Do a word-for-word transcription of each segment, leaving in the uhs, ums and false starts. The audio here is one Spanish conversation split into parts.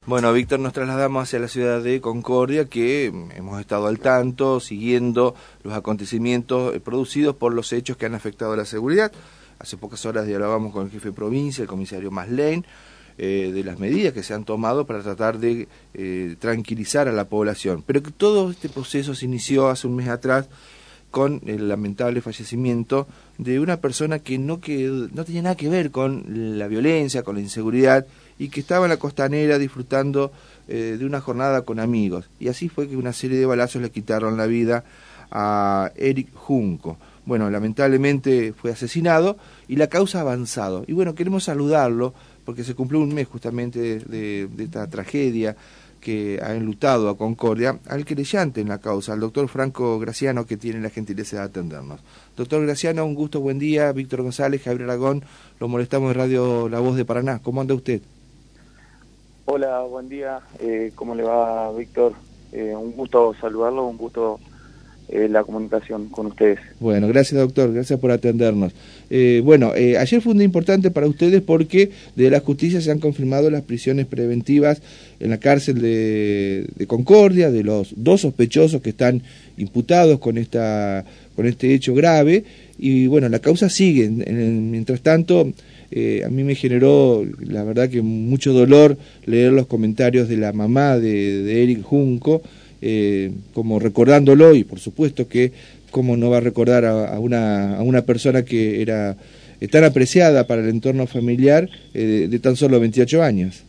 Bueno, Víctor, nos trasladamos hacia la ciudad de Concordia, que hemos estado al tanto, siguiendo los acontecimientos producidos por los hechos que han afectado a la seguridad. Hace pocas horas dialogamos con el jefe de provincia, el comisario Maslén, eh, de las medidas que se han tomado para tratar de eh, tranquilizar a la población. Pero que todo este proceso se inició hace un mes atrás con el lamentable fallecimiento de una persona que no, que no tenía nada que ver con la violencia, con la inseguridad, y que estaba en la costanera disfrutando eh, de una jornada con amigos. Y así fue que una serie de balazos le quitaron la vida a Eric Junco. Bueno, lamentablemente fue asesinado y la causa ha avanzado. Y bueno, queremos saludarlo porque se cumplió un mes justamente de, de, de esta tragedia que ha enlutado a Concordia, al querellante en la causa, al doctor Franco Graciano, que tiene la gentileza de atendernos. Doctor Graciano, un gusto, buen día. Víctor González, Javier Aragón, lo molestamos en Radio La Voz de Paraná. ¿Cómo anda usted? Hola, buen día. Eh, ¿Cómo le va, Víctor? Eh, un gusto saludarlo, un gusto eh, la comunicación con ustedes. Bueno, gracias, doctor, gracias por atendernos. Eh, bueno, eh, ayer fue un día importante para ustedes porque de la justicia se han confirmado las prisiones preventivas en la cárcel de, de Concordia, de los dos sospechosos que están imputados con esta con este hecho grave, y bueno, la causa sigue. En, en, mientras tanto, eh, a mí me generó, la verdad, que mucho dolor leer los comentarios de la mamá de, de Eric Junco, eh, como recordándolo, y por supuesto que cómo no va a recordar a, a, una, a una persona que era eh, tan apreciada para el entorno familiar, eh, de, de tan solo veintiocho años.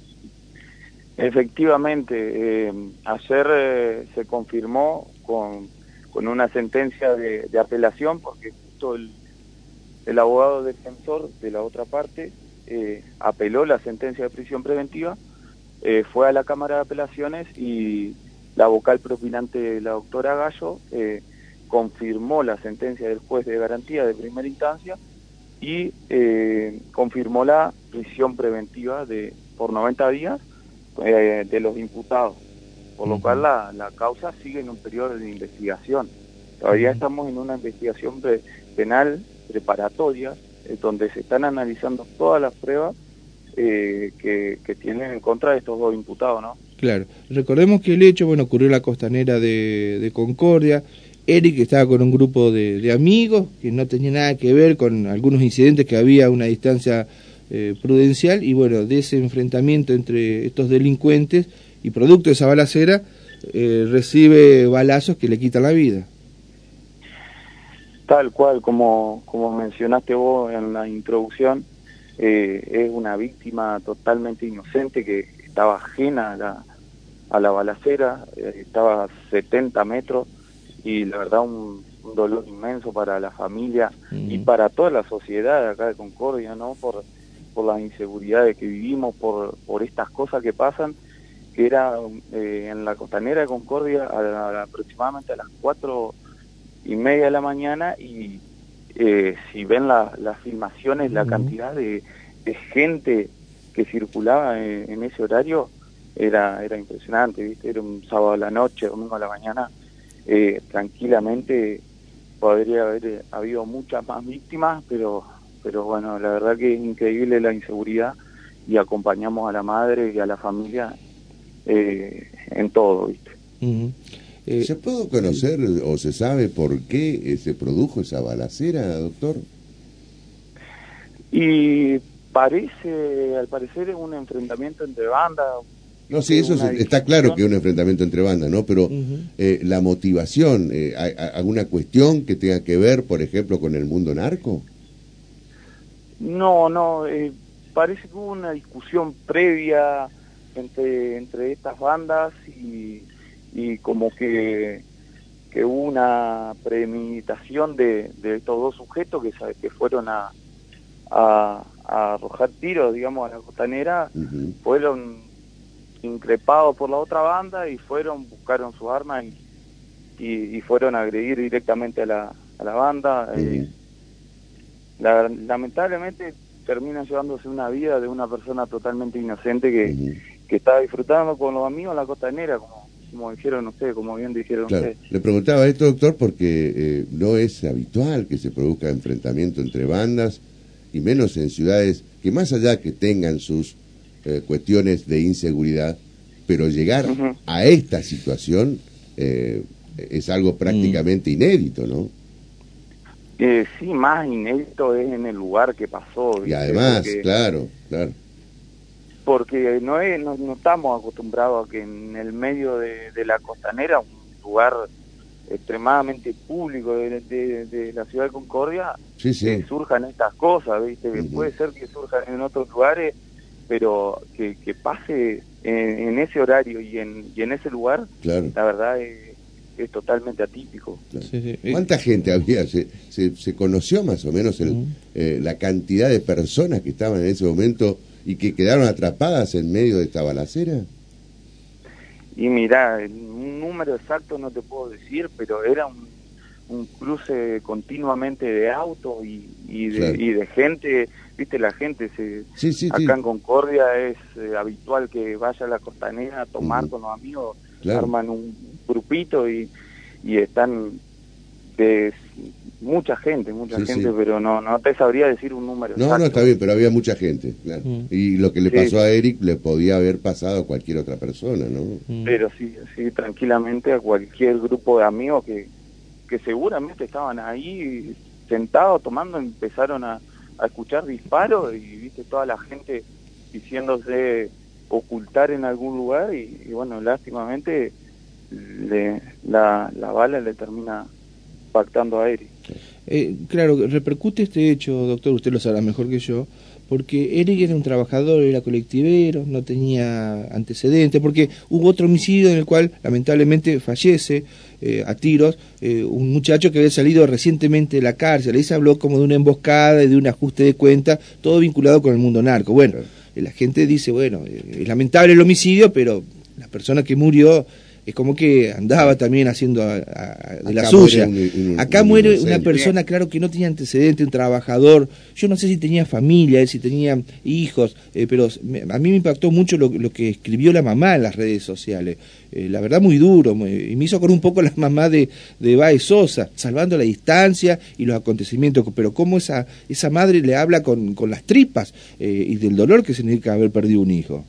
Efectivamente, eh, ayer eh, se confirmó con, con una sentencia de, de apelación, porque justo el, el abogado defensor de la otra parte eh, apeló la sentencia de prisión preventiva, eh, fue a la Cámara de Apelaciones y la vocal propinante, la doctora Gallo, eh, confirmó la sentencia del juez de garantía de primera instancia y eh, confirmó la prisión preventiva de por noventa días eh, de los imputados, por lo uh-huh. cual la, la causa sigue en un periodo de investigación. Todavía uh-huh. estamos en una investigación pre penal preparatoria, eh, donde se están analizando todas las pruebas eh, que, que tienen en contra de estos dos imputados, ¿no? Claro. Recordemos que el hecho, bueno, ocurrió en la costanera de, de Concordia. Eric estaba con un grupo de, de amigos que no tenía nada que ver con algunos incidentes que había a una distancia eh, prudencial, y bueno, de ese enfrentamiento entre estos delincuentes y producto de esa balacera, eh, recibe balazos que le quitan la vida. Tal cual, como, como mencionaste vos en la introducción, eh, es una víctima totalmente inocente que estaba ajena a la, a la balacera, eh, estaba a setenta metros, y la verdad un, un dolor inmenso para la familia mm. y para toda la sociedad de acá de Concordia, ¿no? Por, por las inseguridades que vivimos, por, por estas cosas que pasan, que era eh, en la costanera de Concordia a la, a aproximadamente a las cuatro y media de la mañana, y eh, si ven la, las filmaciones, mm. la cantidad de, de gente que circulaba en, en ese horario era, era impresionante, ¿viste? Era un sábado a la noche, domingo a la mañana. Eh, tranquilamente podría haber eh, habido muchas más víctimas, pero pero bueno, la verdad que es increíble la inseguridad, y acompañamos a la madre y a la familia eh, en todo, ¿viste? Uh-huh. eh, ¿Se puede conocer o se sabe por qué eh, se produjo esa balacera, doctor? Y parece, al parecer, es un enfrentamiento entre bandas. No, sí, eso se, está claro que es un enfrentamiento entre bandas, ¿no? Pero uh-huh. eh, la motivación, eh, ¿hay, hay alguna cuestión que tenga que ver, por ejemplo, con el mundo narco? No, no, eh, parece que hubo una discusión previa entre entre estas bandas, y, y como que, que hubo una premeditación de, de estos dos sujetos que, que fueron a, a, a arrojar tiros, digamos, a la costanera, uh-huh. fueron increpados por la otra banda y fueron, buscaron sus armas y, y, y fueron a agredir directamente a la, a la banda. Uh-huh. eh, la, lamentablemente termina llevándose una vida de una persona totalmente inocente que, uh-huh. que estaba disfrutando con los amigos en la costanera, como, como dijeron ustedes, como bien dijeron claro. ustedes. Le preguntaba esto, doctor, porque eh, no es habitual que se produzca enfrentamiento entre bandas, y menos en ciudades que, más allá que tengan sus eh, cuestiones de inseguridad, pero llegar uh-huh. a esta situación eh, es algo prácticamente mm. inédito, ¿no? Eh, sí, más inédito es en el lugar que pasó. Y además, porque, claro, claro. Porque no, es, no, no estamos acostumbrados a que en el medio de, de la costanera, un lugar extremadamente público de, de, de la ciudad de Concordia, sí, sí. Eh, surjan estas cosas, ¿viste? Uh-huh. Puede ser que surjan en otros lugares, pero que, que pase en, en ese horario y en, y en ese lugar, claro. La verdad es, es totalmente atípico. Claro. Sí, sí. ¿Cuánta gente había? ¿Se, se, se conoció más o menos el, uh-huh. eh, la cantidad de personas que estaban en ese momento y que quedaron atrapadas en medio de esta balacera? Y mirá, un número exacto no te puedo decir, pero era un, un cruce continuamente de autos y, y, de, claro. y de gente, viste, la gente, se sí, sí, acá sí. en Concordia es eh, habitual que vaya a la costanera a tomar uh-huh. con los amigos, claro. arman un grupito y, y están de mucha gente, mucha sí, gente, sí. pero no no te sabría decir un número No, exacto. No, está bien, pero había mucha gente, claro. Mm. Y lo que le pasó sí. a Eric le podía haber pasado a cualquier otra persona, ¿no? Mm. Pero sí, sí, tranquilamente a cualquier grupo de amigos que, que seguramente estaban ahí sentados tomando, empezaron a, a escuchar disparos y viste toda la gente diciéndose ocultar en algún lugar y, y bueno, lástimamente le, la, la bala le termina impactando a Eric. Eh, claro, repercute este hecho, doctor, usted lo sabrá mejor que yo, porque Eric era un trabajador, era colectivero, no tenía antecedentes, porque hubo otro homicidio en el cual lamentablemente fallece eh, a tiros eh, un muchacho que había salido recientemente de la cárcel. Ahí se habló como de una emboscada y de un ajuste de cuentas, todo vinculado con el mundo narco. Bueno, eh, la gente dice, bueno, eh, es lamentable el homicidio, pero la persona que murió es como que andaba también haciendo a, a, de la suya. Un, un, Acá un, muere una persona, claro, que no tenía antecedente, un trabajador. Yo no sé si tenía familia, si tenía hijos, eh, pero me, a mí me impactó mucho lo, lo que escribió la mamá en las redes sociales. Eh, la verdad, muy duro. Muy, y me hizo con un poco la mamá de, de Baez Sosa, salvando la distancia y los acontecimientos. Pero cómo esa, esa madre le habla con, con las tripas eh, y del dolor que significa haber perdido un hijo.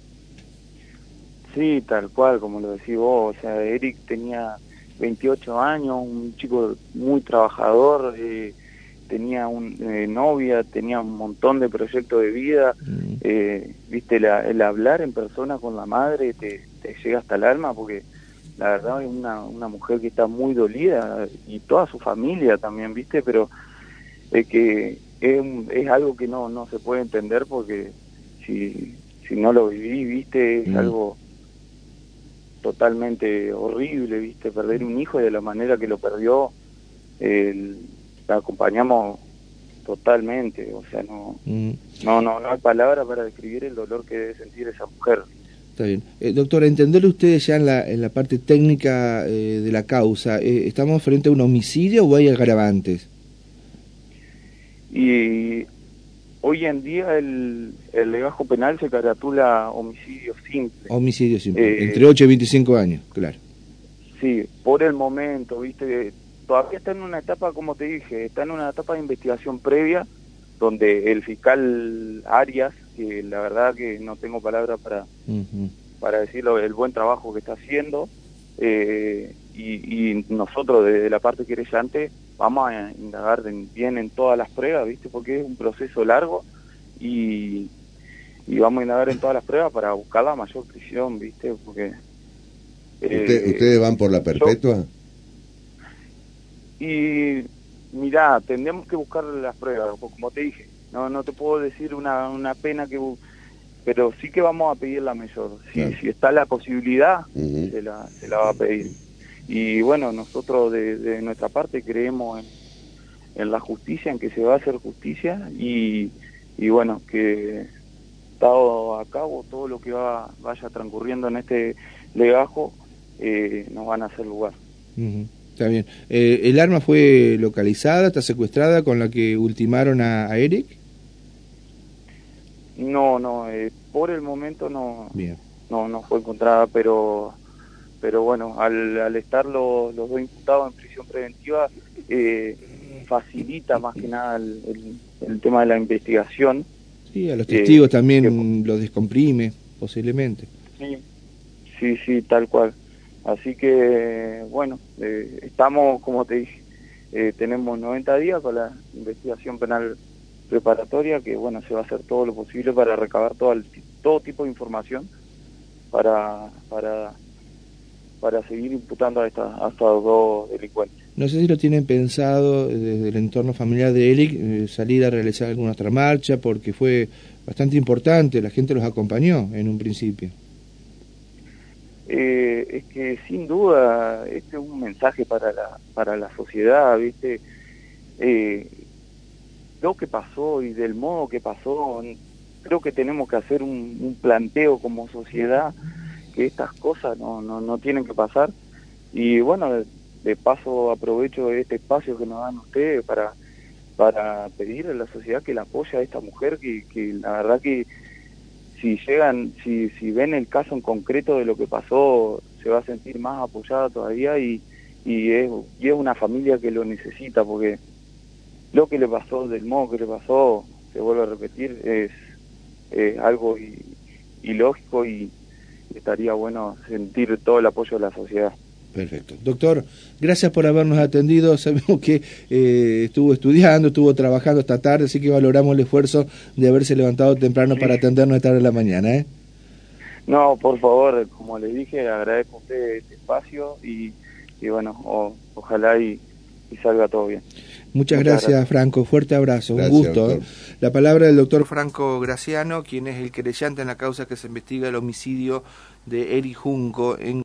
Sí, tal cual, como lo decís vos, o sea, Eric tenía veintiocho años, un chico muy trabajador, eh, tenía un, eh, novia, tenía un montón de proyectos de vida, mm. eh, viste, la, el hablar en persona con la madre te, te llega hasta el alma, porque la verdad es una, una mujer que está muy dolida, y toda su familia también, viste, pero es que es, es algo que no, no se puede entender, porque si, si no lo viví, viste, es mm. algo totalmente horrible, viste, perder un hijo y de la manera que lo perdió, eh, la acompañamos totalmente, o sea, no, mm. no, no, no hay palabra para describir el dolor que debe sentir esa mujer. Está bien. Eh, doctora, entenderle ustedes ya en la, en la parte técnica eh, de la causa, eh, ¿estamos frente a un homicidio o hay agravantes? Y hoy en día el, el legajo penal se caratula homicidio simple. Homicidio simple, eh, entre ocho y veinticinco años, claro. Sí, por el momento, viste, todavía está en una etapa, como te dije, está en una etapa de investigación previa, donde el fiscal Arias, que la verdad que no tengo palabras para, uh-huh. para decirlo, el buen trabajo que está haciendo, eh, y, y nosotros desde la parte querellante vamos a indagar bien en todas las pruebas, ¿viste? Porque es un proceso largo y, y vamos a indagar en todas las pruebas para buscar la mayor prisión, ¿viste? Porque ¿Usted, eh, ¿Ustedes van por la perpetua? Yo, y mirá, tendremos que buscar las pruebas, como te dije. No no te puedo decir una, una pena que... Pero sí que vamos a pedir la mayor. Si, claro. si está la posibilidad, uh-huh. se, la, se la va a pedir. Y bueno, nosotros de, de nuestra parte creemos en, en la justicia, en que se va a hacer justicia y, y bueno, que dado a cabo todo lo que va vaya transcurriendo en este legajo, eh, nos van a hacer lugar. Uh-huh. Está bien. Eh, ¿El arma fue localizada, está secuestrada con la que ultimaron a, a Eric? No, no, eh, por el momento no, bien. no no fue encontrada, pero... pero bueno, al, al estar los, los dos imputados en prisión preventiva, eh, facilita más que nada el, el, el tema de la investigación, Sí, a los testigos eh, también que, los descomprime, posiblemente. Sí, sí, sí, tal cual. Así que, bueno, eh, estamos, como te dije, eh, tenemos noventa días con la investigación penal preparatoria, que, bueno, se va a hacer todo lo posible para recabar todo, el, todo tipo de información para para para seguir imputando a, esta, a estos dos delincuentes. No sé si lo tienen pensado desde el entorno familiar de Eric, eh, salir a realizar alguna otra marcha, porque fue bastante importante, la gente los acompañó en un principio. Eh, es que sin duda este es un mensaje para la para la sociedad, ¿viste? Eh, lo que pasó y del modo que pasó, creo que tenemos que hacer un, un planteo como sociedad que estas cosas no, no, no tienen que pasar. Y bueno, de, de paso aprovecho este espacio que nos dan ustedes para para pedirle a la sociedad que la apoye a esta mujer, que, que la verdad que si llegan, si, si ven el caso en concreto de lo que pasó, se va a sentir más apoyada todavía y, y, es, y es una familia que lo necesita, porque lo que le pasó, del modo que le pasó, se vuelve a repetir, es, es algo ilógico y estaría bueno sentir todo el apoyo de la sociedad. Perfecto. Doctor, gracias por habernos atendido. Sabemos que eh, estuvo estudiando, estuvo trabajando esta tarde, así que valoramos el esfuerzo de haberse levantado temprano sí. para atendernos esta hora de la mañana. ¿eh? No, por favor, como le dije, agradezco a usted este espacio y, y bueno, o, ojalá y, y salga todo bien. Muchas, Muchas gracias, gracias, Franco. Fuerte abrazo. Gracias, un gusto. ¿eh? La palabra del doctor Franco Graciano, quien es el querellante en la causa que se investiga el homicidio de Eric Junco en